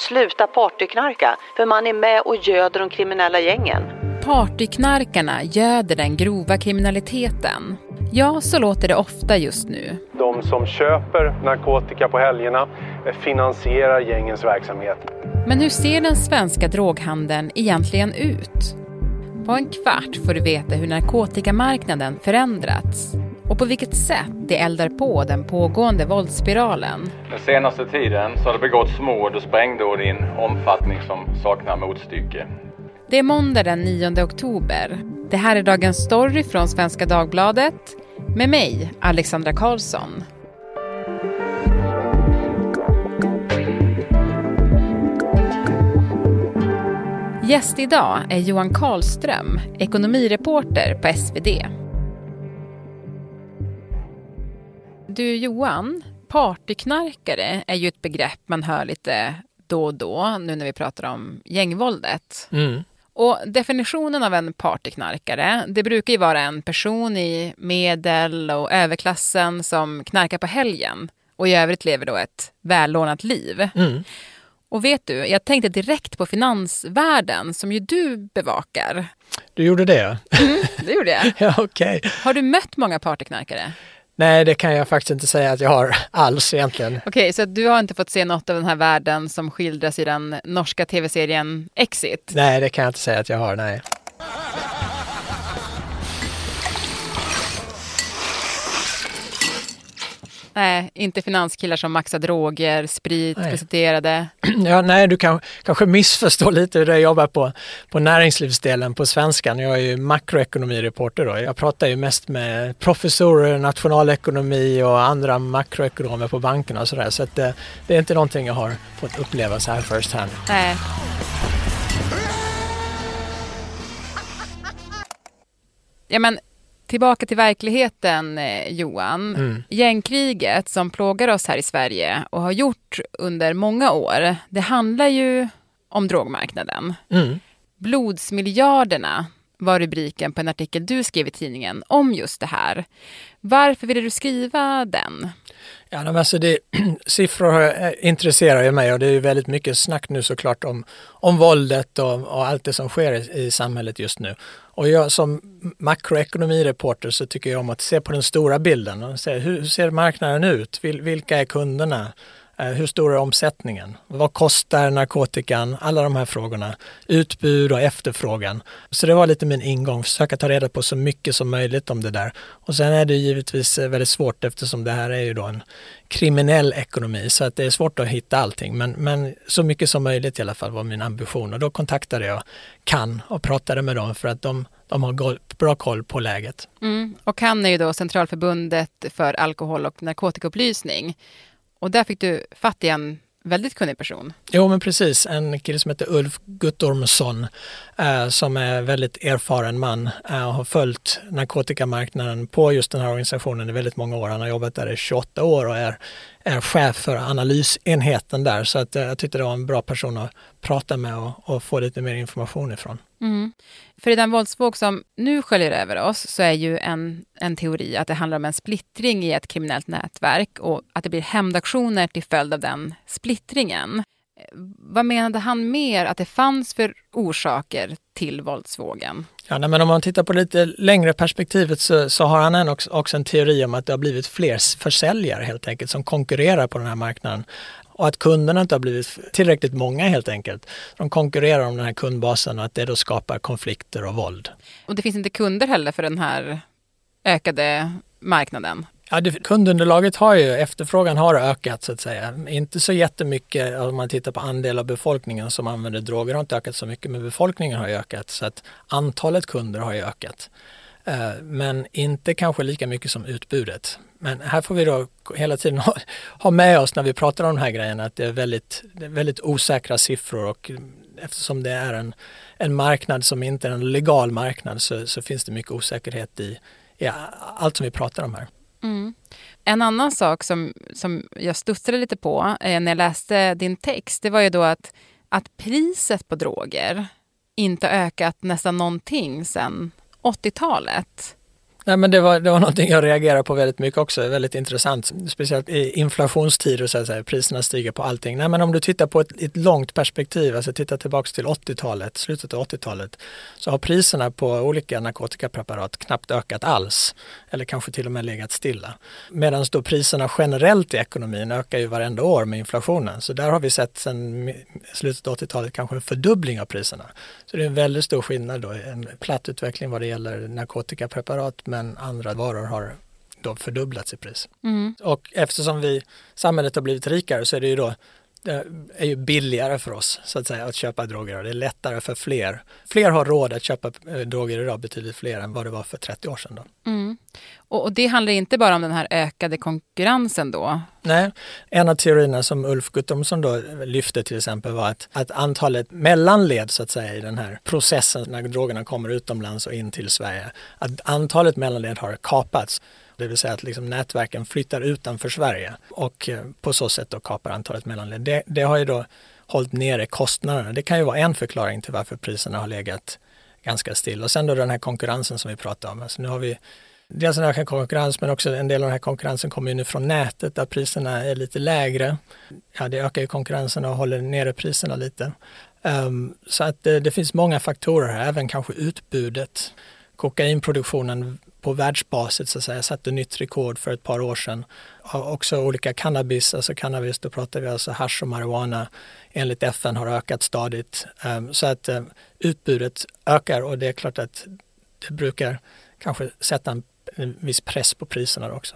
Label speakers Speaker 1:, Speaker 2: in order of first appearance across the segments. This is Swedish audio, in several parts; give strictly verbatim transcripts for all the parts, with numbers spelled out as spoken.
Speaker 1: sluta partyknarka, för man är med och göder de kriminella gängen.
Speaker 2: Partyknarkarna göder den grova kriminaliteten. Ja, så låter det ofta just nu.
Speaker 3: De som köper narkotika på helgerna finansierar gängens verksamhet.
Speaker 2: Men hur ser den svenska droghandeln egentligen ut? På en kvart får du veta hur narkotikamarknaden förändrats och på vilket sätt det eldar på den pågående våldsspiralen.
Speaker 4: Den senaste tiden så har det begåtts mord och sprängdåd i en omfattning som saknar motstycke.
Speaker 2: Det är måndag den nionde oktober. Det här är dagens story från Svenska Dagbladet med mig, Alexandra Karlsson. Gäst idag är Johan Karlström, ekonomireporter på S V D. Du Johan, partyknarkare är ju ett begrepp man hör lite då och då nu när vi pratar om gängvåldet.
Speaker 5: Mm.
Speaker 2: Och definitionen av en partyknarkare, det brukar ju vara en person i medel- och överklassen som knarkar på helgen och i övrigt lever då ett välordnat liv.
Speaker 5: Mm.
Speaker 2: Och vet du, jag tänkte direkt på finansvärlden som ju du bevakar.
Speaker 5: Du gjorde det?
Speaker 2: Mm, det gjorde jag.
Speaker 5: Ja, okej. Okay.
Speaker 2: Har du mött många partyknarkare?
Speaker 5: Nej, det kan jag faktiskt inte säga att jag har alls egentligen.
Speaker 2: Okej, okay, så du har inte fått se något av den här världen som skildras i den norska tv-serien Exit?
Speaker 5: Nej, det kan jag inte säga att jag har, nej.
Speaker 2: Nej, inte finanskillar som maxar droger, sprit, presenterade.
Speaker 5: Ja, nej, du kan, kanske missförstå lite hur jag jobbar på, på näringslivsdelen på Svenskan. Jag är ju makroekonomireporter då. Jag pratar ju mest med professorer, nationalekonomi och andra makroekonomer på bankerna och sådär. Så att det, det är inte någonting jag har fått uppleva så här first hand.
Speaker 2: Nej. Ja, men tillbaka till verkligheten, Johan.
Speaker 5: Mm.
Speaker 2: Gängkriget som plågar oss här i Sverige och har gjort under många år, det handlar ju om drogmarknaden.
Speaker 5: Mm.
Speaker 2: Blodsmiljarderna var rubriken på en artikel du skrev i tidningen om just det här. Varför ville du skriva den?
Speaker 5: Ja, men alltså det, siffror intresserar ju mig och det är ju väldigt mycket snack nu såklart om, om våldet och, och allt det som sker i, i samhället just nu. Och jag som makroekonomireporter så tycker jag om att se på den stora bilden och se hur, hur ser marknaden ut? Vil, vilka är kunderna? Hur stor är omsättningen? Vad kostar narkotikan? Alla de här frågorna. Utbud och efterfrågan. Så det var lite min ingång. Försöka ta reda på så mycket som möjligt om det där. Och sen är det givetvis väldigt svårt eftersom det här är ju då en kriminell ekonomi. Så att det är svårt att hitta allting. Men, men så mycket som möjligt i alla fall var min ambition. Och då kontaktade jag CAN och pratade med dem för att de, de har bra koll på läget.
Speaker 2: Mm. Och CAN är ju då Centralförbundet för alkohol- och narkotikaupplysning. Och där fick du fatt i en väldigt kunnig person.
Speaker 5: Jo, men precis. En kille som heter Ulf Guttormsson eh, som är väldigt erfaren man eh, och har följt narkotikamarknaden på just den här organisationen i väldigt många år. Han har jobbat där i tjugoåtta år och är, är chef för analysenheten där. Så att, eh, jag tyckte det var en bra person att prata med och, och få lite mer information ifrån.
Speaker 2: Mm. För i den våldsvåg som nu sköljer över oss så är ju en, en teori att det handlar om en splittring i ett kriminellt nätverk och att det blir hämndaktioner till följd av den splittringen. Vad menade han mer att det fanns för orsaker till våldsvågen?
Speaker 5: Ja, nej, men om man tittar på lite längre perspektivet så, så har han en också, också en teori om att det har blivit fler försäljare helt enkelt som konkurrerar på den här marknaden. Och att kunderna inte har blivit tillräckligt många helt enkelt. De konkurrerar om den här kundbasen och att det då skapar konflikter och våld.
Speaker 2: Och det finns inte kunder heller för den här ökade marknaden?
Speaker 5: Ja, det, kundunderlaget har ju, efterfrågan har ökat så att säga. Inte så jättemycket om man tittar på andel av befolkningen som använder droger har inte ökat så mycket, men befolkningen har ju ökat så att antalet kunder har ju ökat. Men inte kanske lika mycket som utbudet. Men här får vi då hela tiden ha, ha med oss när vi pratar om de här grejerna att det är väldigt, det är väldigt osäkra siffror och eftersom det är en, en marknad som inte är en legal marknad så, så finns det mycket osäkerhet i, i allt som vi pratar om här.
Speaker 2: Mm. En annan sak som, som jag studsade lite på eh, när jag läste din text, det var ju då att, att priset på droger inte ökat nästan någonting sedan åttiotalet.
Speaker 5: Nej, men det var, det var någonting jag reagerar på väldigt mycket också. Det är väldigt intressant. Speciellt i inflationstider så att säga, priserna stiger på allting. Nej, men om du tittar på ett, ett långt perspektiv, alltså tittar tillbaka till åttiotalet, slutet av åttiotalet, så har priserna på olika narkotikapreparat knappt ökat alls. Eller kanske till och med legat stilla. Medan då priserna generellt i ekonomin ökar ju varenda år med inflationen. Så där har vi sett sedan slutet av åttiotalet kanske en fördubbling av priserna. Så det är en väldigt stor skillnad då. En platt utveckling vad det gäller narkotikapreparat, men andra varor har då fördubblats i pris. Mm. Och eftersom vi, samhället har blivit rikare, så är det ju då det är ju billigare för oss så att säga att köpa droger. Det är lättare för fler. Fler har råd att köpa droger idag, betydligt fler än vad det var för trettio år sedan då.
Speaker 2: Mm. Och, och det handlar inte bara om den här ökade konkurrensen då?
Speaker 5: Nej, en av teorierna som Ulf Guttormsson då lyfte till exempel var att, att antalet mellanled så att säga i den här processen när drogerna kommer utomlands och in till Sverige, att antalet mellanled har kapats. Det vill säga att liksom nätverken flyttar utanför Sverige och på så sätt då kapar antalet mellanled. Det, det har ju då hållit nere kostnaderna. Det kan ju vara en förklaring till varför priserna har legat ganska still. Och sen då den här konkurrensen som vi pratar om. Alltså nu har vi dels en ökad konkurrens, men också en del av den här konkurrensen kommer ju nu från nätet där priserna är lite lägre. Ja, det ökar ju konkurrensen och håller nere priserna lite. Um, så att det, det finns många faktorer här, även kanske utbudet. Kokainproduktionen på världsbasis så att säga satte nytt rekord för ett par år sedan. Och också olika cannabis, alltså cannabis, då pratar vi alltså hasch och marijuana, enligt F N har ökat stadigt. Um, så att um, utbudet ökar och det är klart att det brukar kanske sätta en, en viss press på priserna också.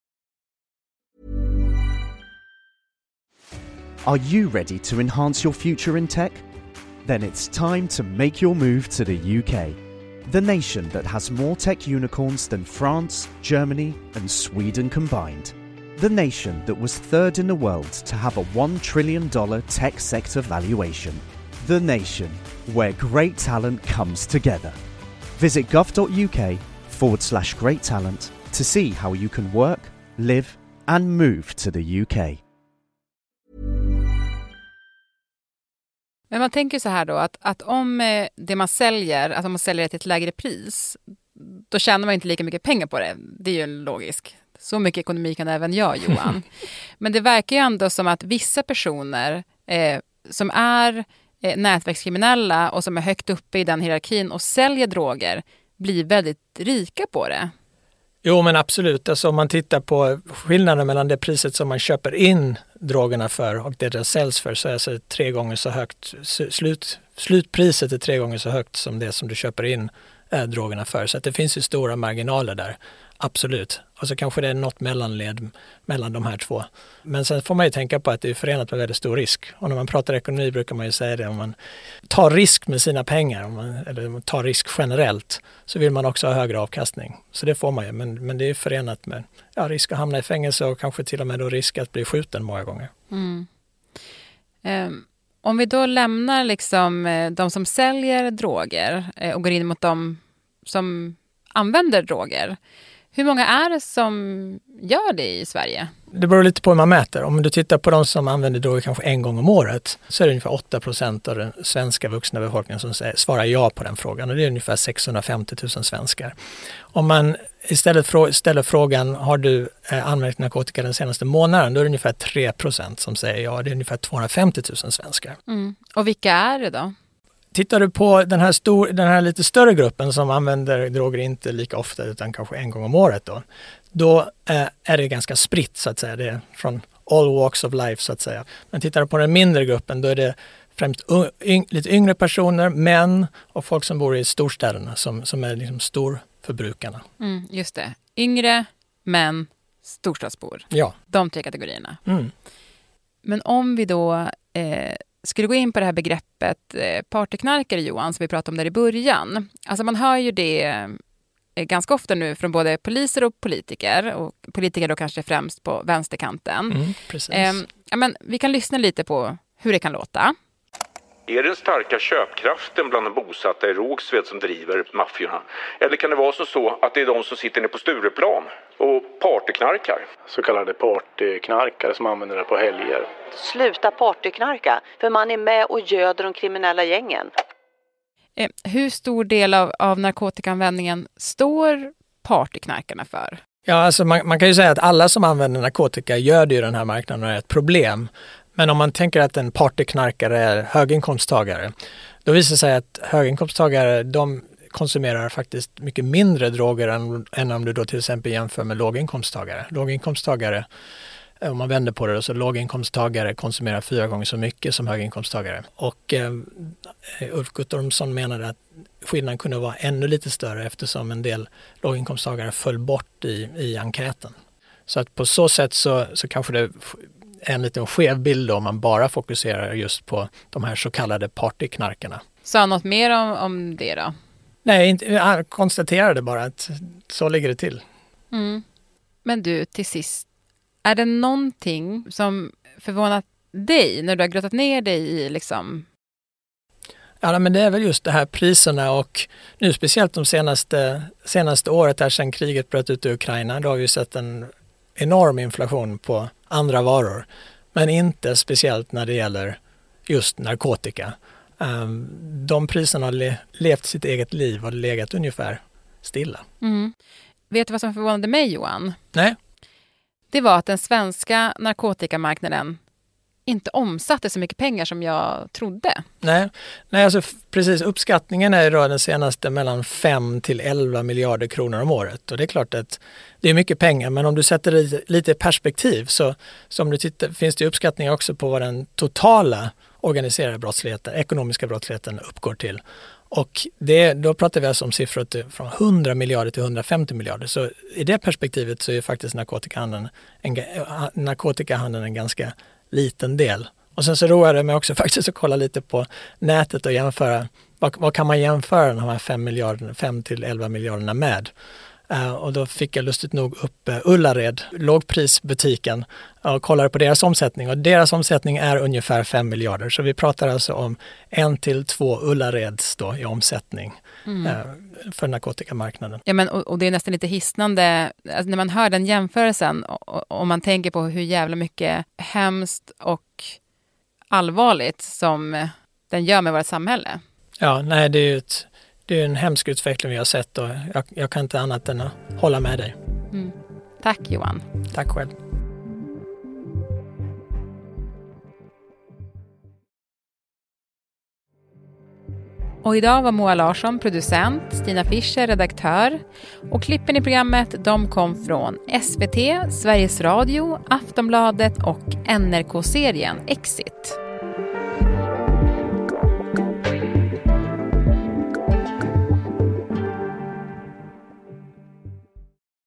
Speaker 6: Are you ready to enhance your future in tech? Then it's time to make your move to the U K. The nation that has more tech unicorns than France, Germany and Sweden combined. The nation that was third in the world to have a one trillion dollars tech sector valuation. The nation where great talent comes together. Visit gov.uk forward slash great talent to see how you can work, live and move to the U K.
Speaker 2: Men man tänker så här då att, att om det man säljer, att om man säljer det till ett lägre pris, då tjänar man inte lika mycket pengar på det. Det är ju en logisk. Så mycket ekonomi kan även jag, Johan. Men det verkar ju ändå som att vissa personer eh, som är eh, nätverkskriminella och som är högt uppe i den hierarkin och säljer droger blir väldigt rika på det.
Speaker 5: Jo, men absolut. Alltså, om man tittar på skillnaden mellan det priset som man köper in drogerna för och det det säljs för, så är det alltså tre gånger så högt. Slut, slutpriset är tre gånger så högt som det som du köper in äh, drogerna för. Så att det finns ju stora marginaler där. Absolut. Och så kanske det är något mellanled mellan de här två. Men sen får man ju tänka på att det är förenat med väldigt stor risk. Och när man pratar ekonomi brukar man ju säga det. Om man tar risk med sina pengar, om man, eller om man tar risk generellt, så vill man också ha högre avkastning. Så det får man ju. Men, men det är förenat med ja, risk att hamna i fängelse och kanske till och med då risk att bli skjuten många gånger.
Speaker 2: Mm. Um, om vi då lämnar liksom de som säljer droger och går in mot de som använder droger. Hur många är det som gör det i Sverige?
Speaker 5: Det beror lite på hur man mäter. Om du tittar på de som använder droger kanske en gång om året, så är det ungefär åtta procent av den svenska vuxna befolkningen som säger, svarar ja på den frågan. Och det är ungefär sexhundrafemtio tusen svenskar. Om man istället frå- ställer frågan, har du eh, använt narkotika den senaste månaden? Då är det ungefär tre procent som säger ja. Det är ungefär tvåhundrafemtio tusen svenskar.
Speaker 2: Mm. Och vilka är det då?
Speaker 5: Tittar du på den här, stor, den här lite större gruppen som använder droger inte lika ofta utan kanske en gång om året då, då eh, är det ganska spritt så att säga. Det är från all walks of life så att säga. Men tittar du på den mindre gruppen, då är det främst yng, lite yngre personer, män och folk som bor i storstäderna som, som är liksom storförbrukarna.
Speaker 2: Mm, just det. Yngre, män, storstadsbor.
Speaker 5: Ja.
Speaker 2: De tre kategorierna.
Speaker 5: Mm.
Speaker 2: Men om vi då eh, skulle gå in på det här begreppet eh, partyknarkare, Johan, som vi pratade om där i början. Alltså man hör ju det eh, ganska ofta nu från både poliser och politiker. Och politiker då kanske främst på vänsterkanten.
Speaker 5: Mm, precis.
Speaker 2: Eh, ja, men vi kan lyssna lite på hur det kan låta.
Speaker 7: Är det den starka köpkraften bland de bosatta i Rågsved som driver maffiorna? Eller kan det vara så, så att det är de som sitter nere på Stureplan och partyknarkar?
Speaker 3: Så kallade partyknarkare som använder det på helger.
Speaker 1: Sluta partyknarka, för man är med och göder de kriminella gängen.
Speaker 2: Eh, hur stor del av, av narkotikaanvändningen står partyknarkarna för?
Speaker 5: Ja, alltså man, man kan ju säga att alla som använder narkotika gör det ju den här marknaden och är ett problem. Men om man tänker att en partyknarkare är höginkomsttagare, då visar det sig att höginkomsttagare, de konsumerar faktiskt mycket mindre droger än, än om du då till exempel jämför med låginkomsttagare. Låginkomsttagare, om man vänder på det, så låginkomsttagare konsumerar fyra gånger så mycket som höginkomsttagare. Och eh, Ulf Guttormsson menade att skillnaden kunde vara ännu lite större eftersom en del låginkomsttagare föll bort i, i enkäten. Så att på så sätt så, så kanske det är en liten skev bild om man bara fokuserar just på de här så kallade partyknarkarna.
Speaker 2: Sa han något mer om, om det då?
Speaker 5: Nej, inte, jag konstaterade bara att så ligger det till.
Speaker 2: Mm. Men du, till sist, är det någonting som förvånat dig när du har grottat ner dig i liksom...
Speaker 5: Ja, men det är väl just det här priserna och nu speciellt de senaste, senaste året här sedan kriget bröt ut i Ukraina, då har vi sett en enorm inflation på andra varor. Men inte speciellt när det gäller just narkotika. Um, de priserna har le- levt sitt eget liv och legat ungefär stilla.
Speaker 2: Mm. Vet du vad som förvånade mig, Johan?
Speaker 5: Nej.
Speaker 2: Det var att den svenska narkotikamarknaden inte omsatte så mycket pengar som jag trodde.
Speaker 5: Nej, Nej alltså f- precis. Uppskattningen är då den senaste mellan fem till elva miljarder kronor om året. Och det är klart att det är mycket pengar, men om du sätter det lite, lite i perspektiv så som du tittar, finns det uppskattningar också på vad den totala organiserade brottsligheten, ekonomiska brottsligheten uppgår till. Och det, då pratar vi alltså om siffror till, från hundra miljarder till hundrafemtio miljarder. Så i det perspektivet så är faktiskt narkotikahandeln en, narkotikahandeln en ganska liten del. Och sen så roar det mig också faktiskt att kolla lite på nätet och jämföra. Vad, vad kan man jämföra de här fem miljarderna, fem till elva miljarderna med? Uh, och då fick jag lustigt nog upp uh, Ullared, lågprisbutiken, och kollade på deras omsättning. Och deras omsättning är ungefär fem miljarder. Så vi pratar alltså om en till två Ullareds då i omsättning mm. uh, för narkotikamarknaden.
Speaker 2: Ja, men, och, och det är nästan lite hisnande alltså, när man hör den jämförelsen och, och man tänker på hur jävla mycket hemskt och allvarligt som den gör med vårt samhälle.
Speaker 5: Ja, nej det är ju ett... Det är en hemsk utveckling vi har sett och jag, jag kan inte annat än att hålla med dig.
Speaker 2: Mm. Tack Johan.
Speaker 5: Tack själv.
Speaker 2: Och idag var Moa Larsson producent, Stina Fischer redaktör och klippen i programmet de kom från S V T, Sveriges Radio, Aftonbladet och N R K-serien Exit.